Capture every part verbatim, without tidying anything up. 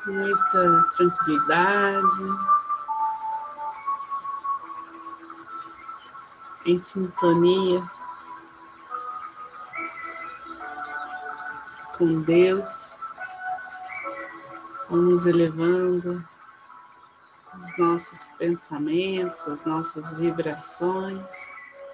muita tranquilidade, em sintonia com Deus, vamos elevando os nossos pensamentos, as nossas vibrações.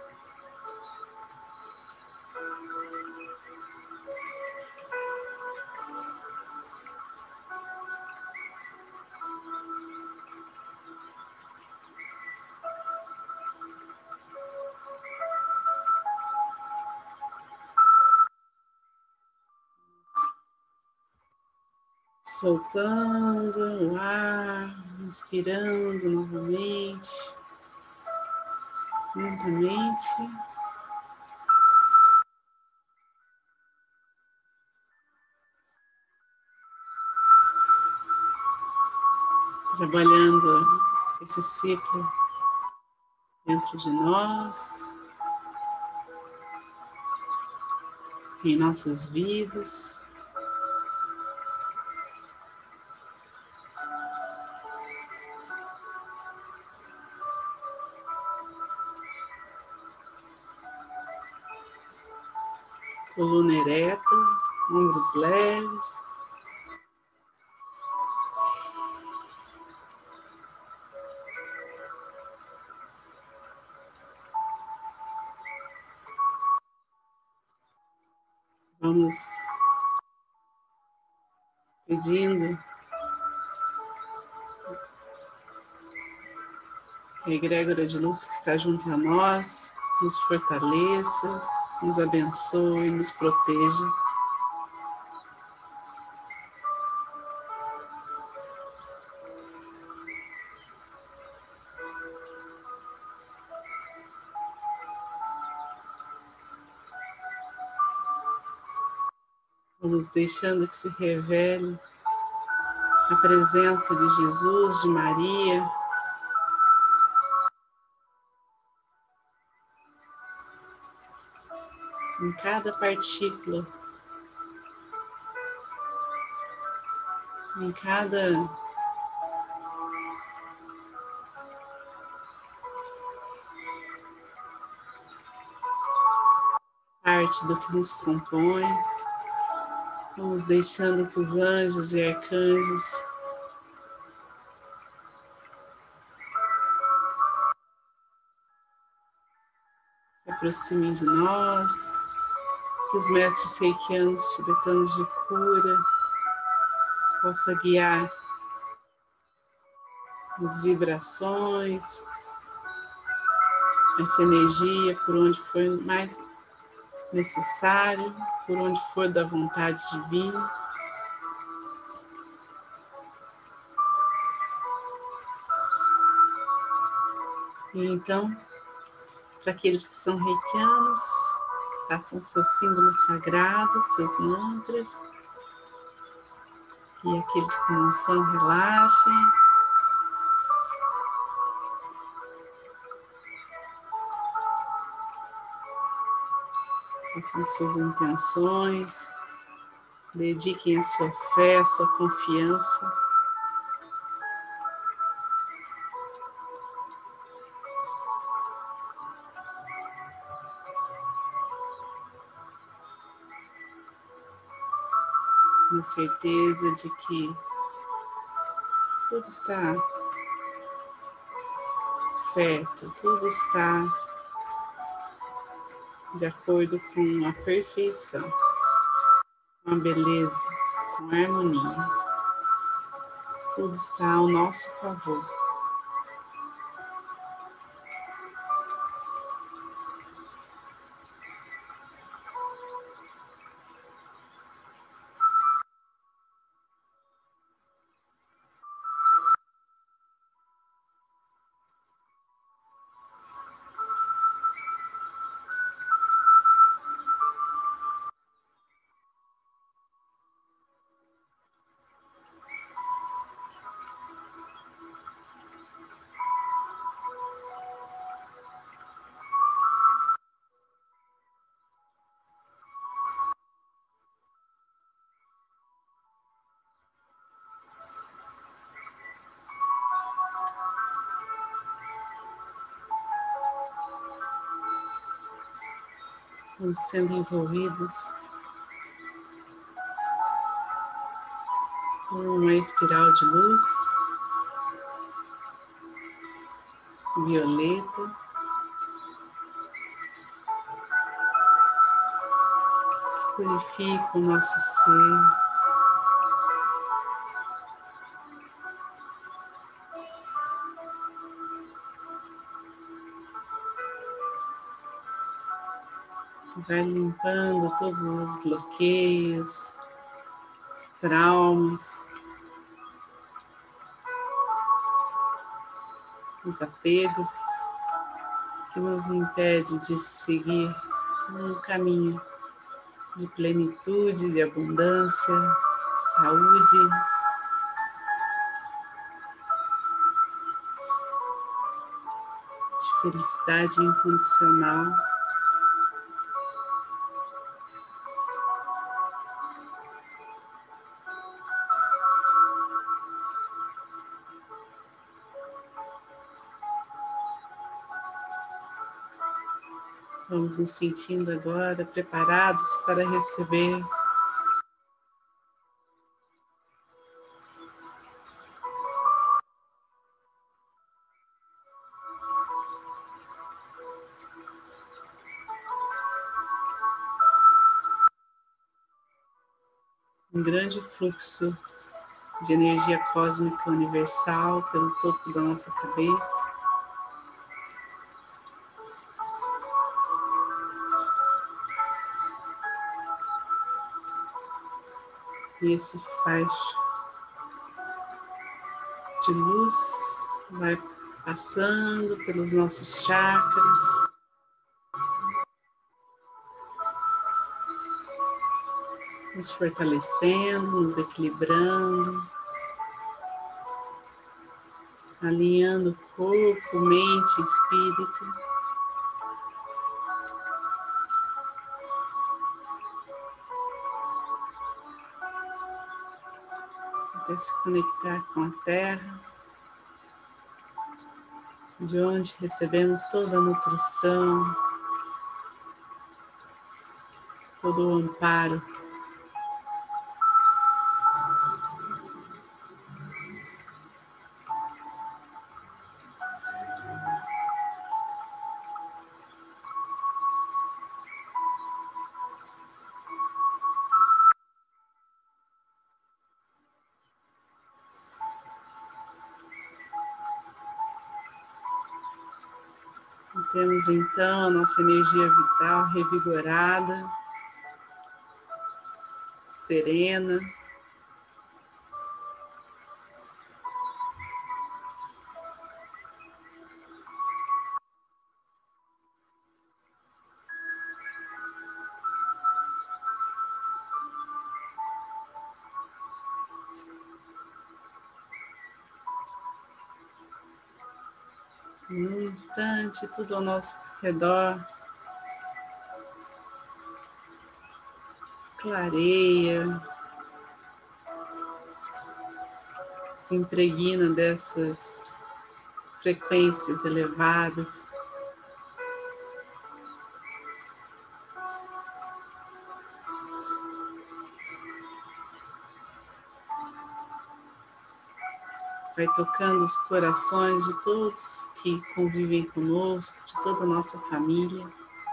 Soltando o ar, inspirando novamente, lentamente. Trabalhando esse ciclo dentro de nós, em nossas vidas. Coluna ereta, ombros leves. Vamos pedindo a egrégora de luz que está junto a nós, nos fortaleça, nos abençoe, nos proteja. Vamos deixando que se revele a presença de Jesus, de Maria, em cada partícula, em cada parte do que nos compõe. Vamos deixando que os anjos e arcanjos se aproximem de nós, que os mestres reikianos tibetanos de cura possam guiar as vibrações, essa energia por onde for mais necessário, por onde for da vontade divina. E então, para aqueles que são reikianos, façam seus símbolos sagrados, seus mantras. E aqueles que não são, relaxem. Façam suas intenções. Dediquem a sua fé, a sua confiança. Na certeza de que tudo está certo, tudo está de acordo com a perfeição, com a beleza, com a harmonia. Tudo está ao nosso favor. Vamos sendo envolvidos por uma espiral de luz violeta, que purifica o nosso ser, que vai limpando todos os bloqueios, os traumas, os apegos, que nos impede de seguir um caminho de plenitude, de abundância, saúde, de felicidade incondicional. Vamos nos sentindo agora preparados para receber um grande fluxo de energia cósmica universal pelo topo da nossa cabeça. E esse facho de luz vai passando pelos nossos chakras, nos fortalecendo, nos equilibrando, alinhando corpo, mente, espírito. Até se conectar com a Terra, de onde recebemos toda a nutrição, todo o amparo. Temos então a nossa energia vital revigorada, serena. Num instante, tudo ao nosso redor clareia, se impregna dessas frequências elevadas. Vai tocando os corações de todos que convivem conosco, de toda a nossa família.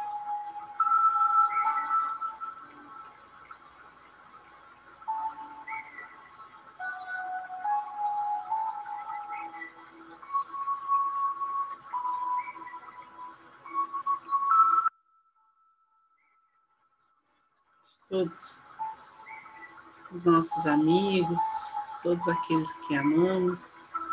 Todos os nossos amigos, todos aqueles que amamos.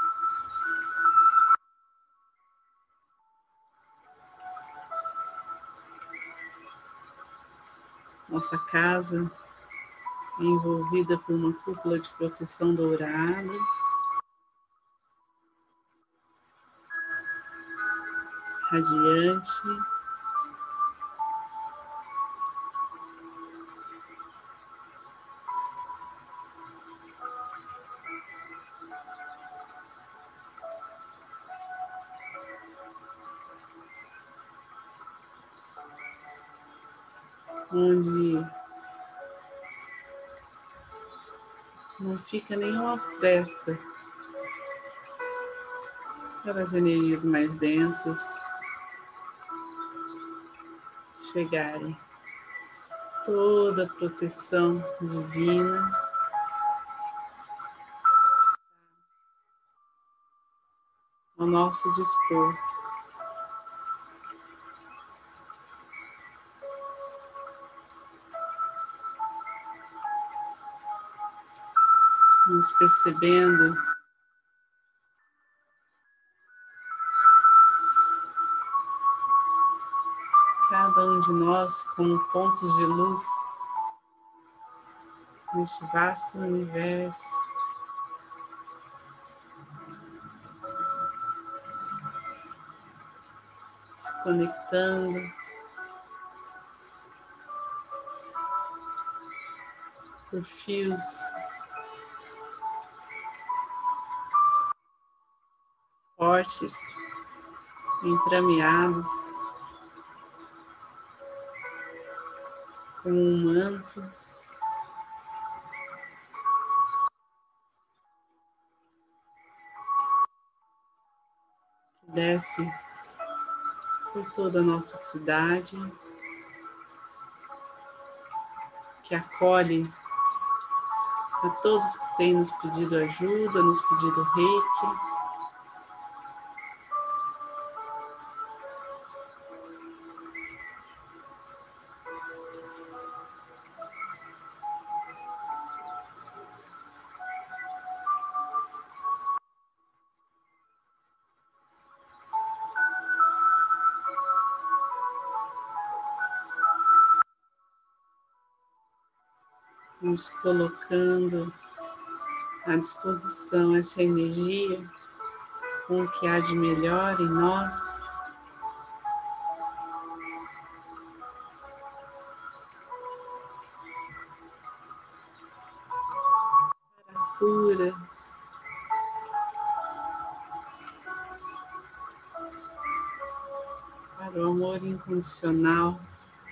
Nossa casa é envolvida por uma cúpula de proteção dourada. Radiante. onde não fica nenhuma fresta para as energias mais densas chegarem. Toda a proteção divina ao nosso dispor. Nos percebendo cada um de nós como pontos de luz neste vasto universo, se conectando por fios fortes, entrameados, como um manto que desce por toda a nossa cidade, que acolhe a todos que têm nos pedido ajuda, nos pedido reiki. Nos colocando à disposição essa energia com o que há de melhor em nós, para a cura, para o amor incondicional,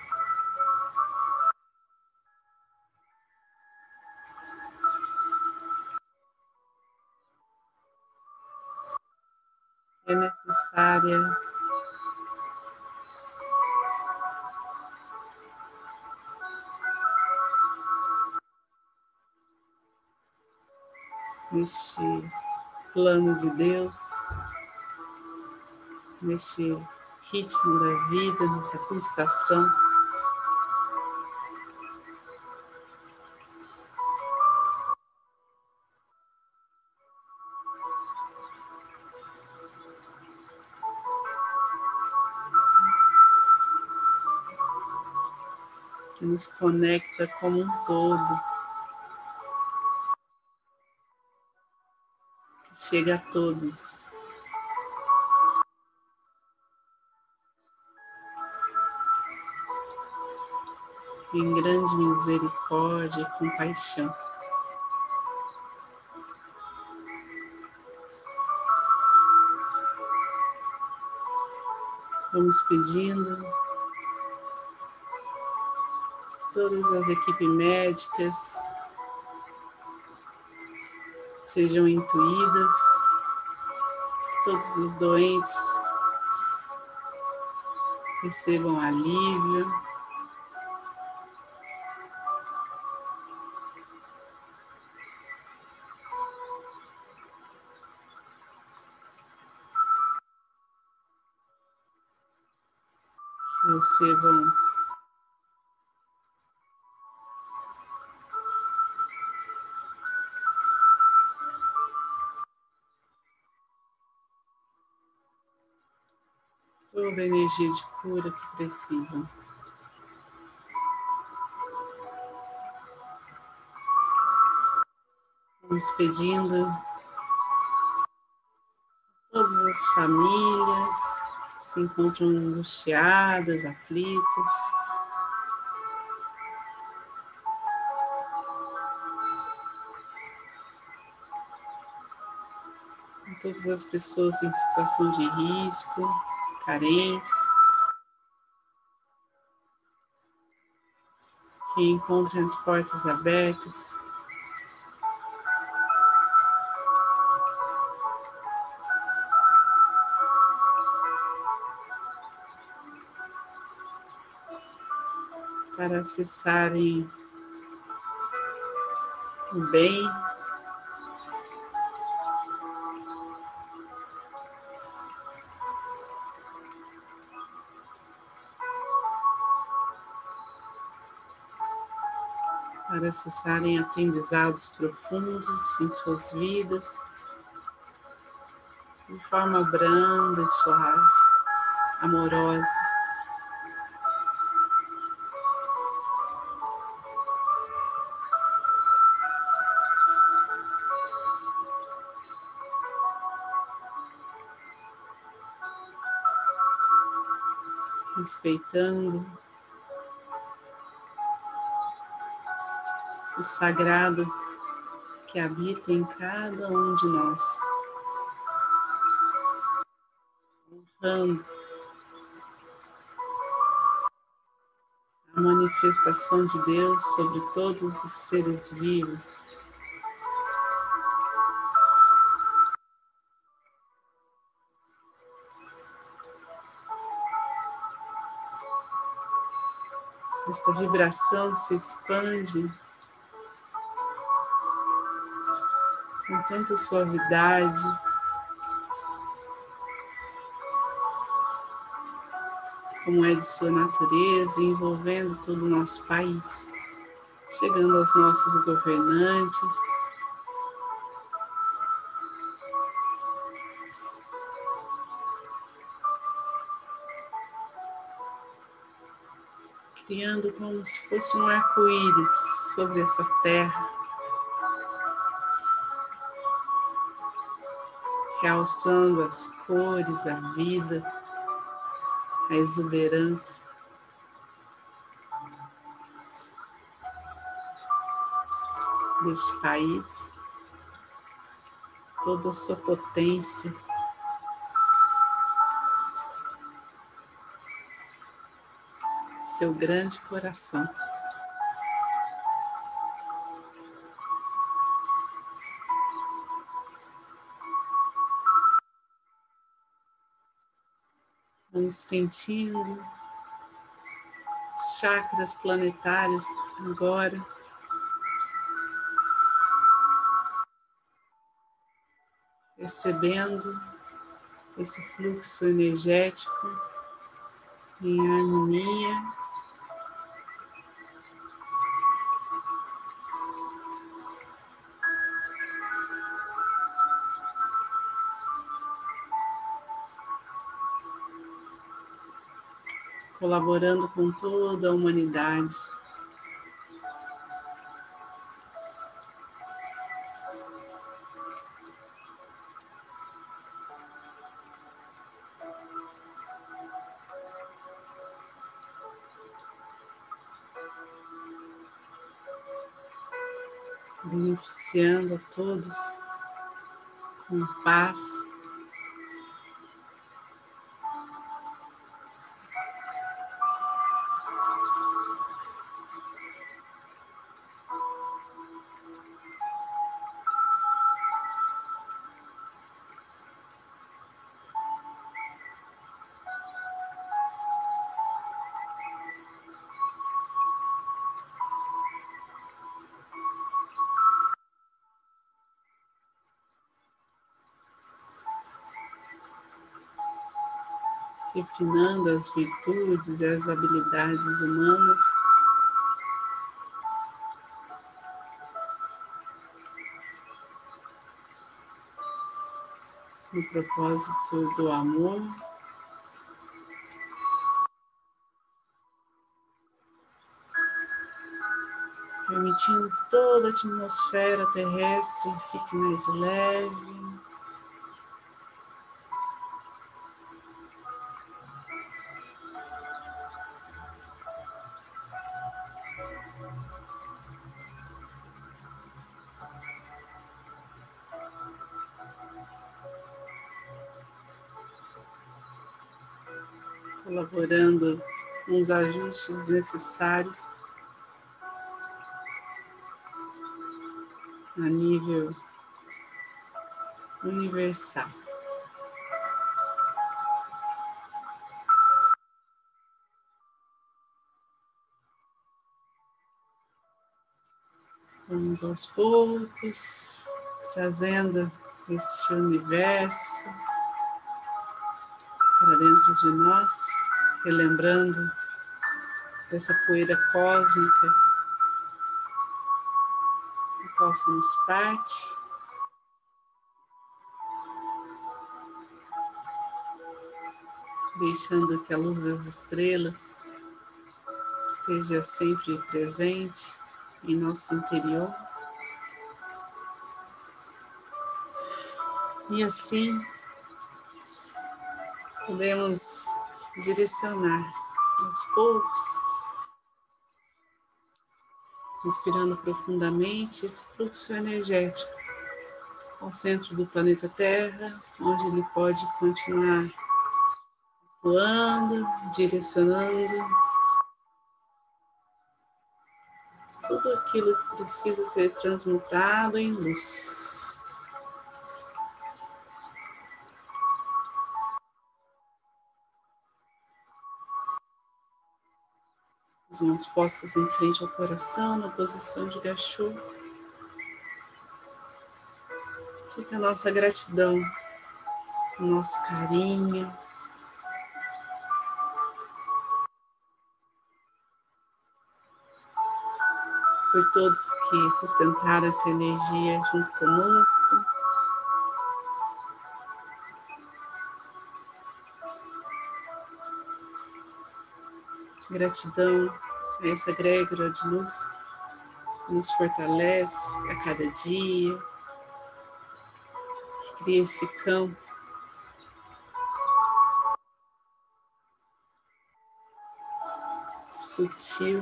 é necessária neste plano de Deus, neste ritmo da vida, nessa pulsação. Que nos conecta como um todo, que chega a todos. Em grande misericórdia e compaixão. Vamos pedindo que todas as equipes médicas sejam intuídas, que todos os doentes recebam alívio, que recebam toda a energia de cura que precisam. Vamos pedindo a todas as famílias que se encontram angustiadas, aflitas, a todas as pessoas em situação de risco, carentes, que encontrem as portas abertas para acessarem o bem, para acessarem aprendizados profundos em suas vidas, de forma branda e suave, amorosa. Respeitando o sagrado que habita em cada um de nós, honrando a manifestação de Deus sobre todos os seres vivos. Esta vibração se expande com tanta suavidade, como é de sua natureza, envolvendo todo o nosso país, chegando aos nossos governantes, criando como se fosse um arco-íris sobre essa terra, realçando as cores, a vida, a exuberância deste país, toda a sua potência, seu grande coração. Vamos sentindo os chakras planetários agora, recebendo esse fluxo energético em harmonia, colaborando com toda a humanidade. Beneficiando a todos com paz, refinando as virtudes e as habilidades humanas, no propósito do amor, permitindo que toda a atmosfera terrestre fique mais leve, colaborando com os ajustes necessários a nível universal. Vamos aos poucos, trazendo este universo para dentro de nós, relembrando dessa poeira cósmica do qual somos parte. Deixando que a luz das estrelas esteja sempre presente em nosso interior. E assim podemos direcionar aos poucos, respirando profundamente esse fluxo energético ao centro do planeta Terra, onde ele pode continuar atuando, direcionando tudo aquilo que precisa ser transmutado em luz. As mãos postas em frente ao coração, na posição de Gachô. Fica a nossa gratidão, o nosso carinho, por todos que sustentaram essa energia junto conosco. Gratidão a essa egrégora de luz que nos fortalece a cada dia, que cria esse campo sutil,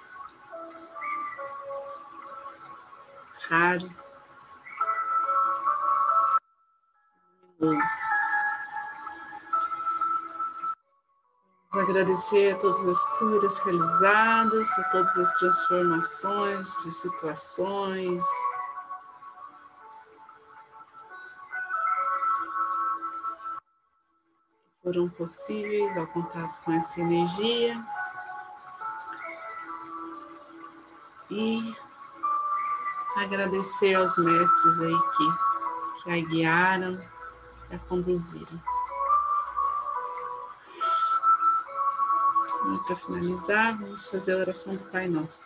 raro, luminoso. Vamos agradecer a todas as curas realizadas, a todas as transformações de situações, que foram possíveis ao contato com esta energia. E agradecer aos mestres aí que, que a guiaram, a conduziram. E para finalizar, vamos fazer a oração do Pai Nosso.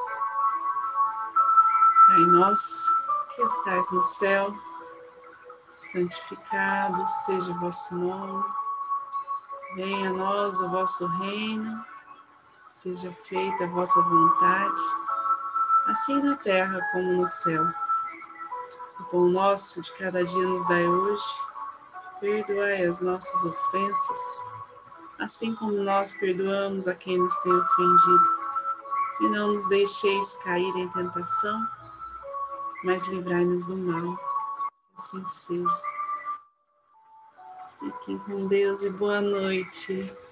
Pai Nosso, que estais no céu, santificado seja o vosso nome. Venha a nós o vosso reino, seja feita a vossa vontade, assim na terra como no céu. O pão nosso de cada dia nos dai hoje, perdoai as nossas ofensas, assim como nós perdoamos a quem nos tem ofendido. E não nos deixeis cair em tentação, mas livrai-nos do mal. Assim seja. Fiquem com Deus e boa noite.